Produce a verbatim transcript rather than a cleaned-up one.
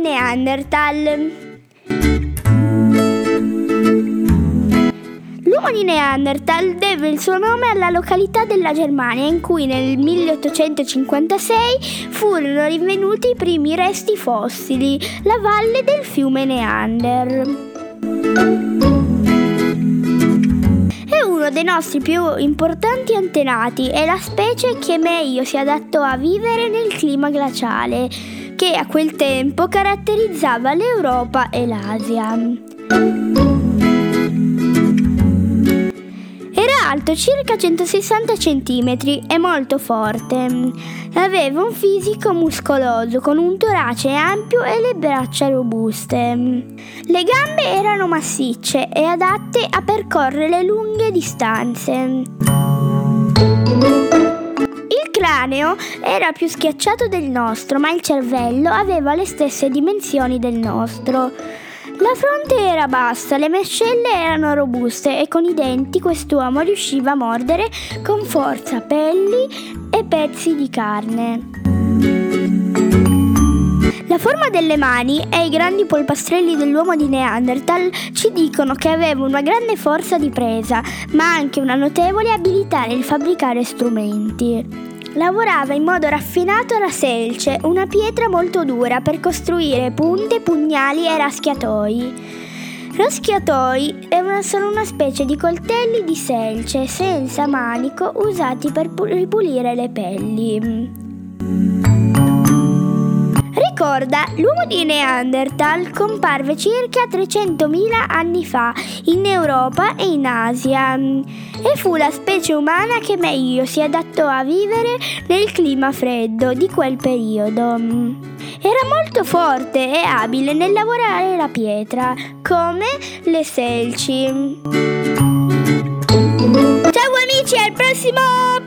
Neanderthal. L'uomo di Neanderthal deve il suo nome alla località della Germania in cui nel milleottocentocinquantasei furono rinvenuti i primi resti fossili, la valle del fiume Neander. È uno dei nostri più importanti antenati e la specie che meglio si adattò a vivere nel clima glaciale, che a quel tempo caratterizzava l'Europa e l'Asia. Era alto circa centosessanta centimetri e molto forte. Aveva un fisico muscoloso con un torace ampio e le braccia robuste. Le gambe erano massicce e adatte a percorrere lunghe distanze. Il craneo era più schiacciato del nostro, ma il cervello aveva le stesse dimensioni del nostro. La fronte era bassa, le mascelle erano robuste e con i denti quest'uomo riusciva a mordere con forza pelli e pezzi di carne. La forma delle mani e i grandi polpastrelli dell'uomo di Neanderthal ci dicono che aveva una grande forza di presa, ma anche una notevole abilità nel fabbricare strumenti. Lavorava in modo raffinato la selce, una pietra molto dura per costruire punte, pugnali e raschiatoi. Raschiatoi sono una specie di coltelli di selce senza manico usati per ripulire le pelli. Ricorda, l'uomo di Neanderthal comparve circa trecentomila anni fa in Europa e in Asia e fu la specie umana che meglio si adattò a vivere nel clima freddo di quel periodo. Era molto forte e abile nel lavorare la pietra, come le selci. Ciao amici, al prossimo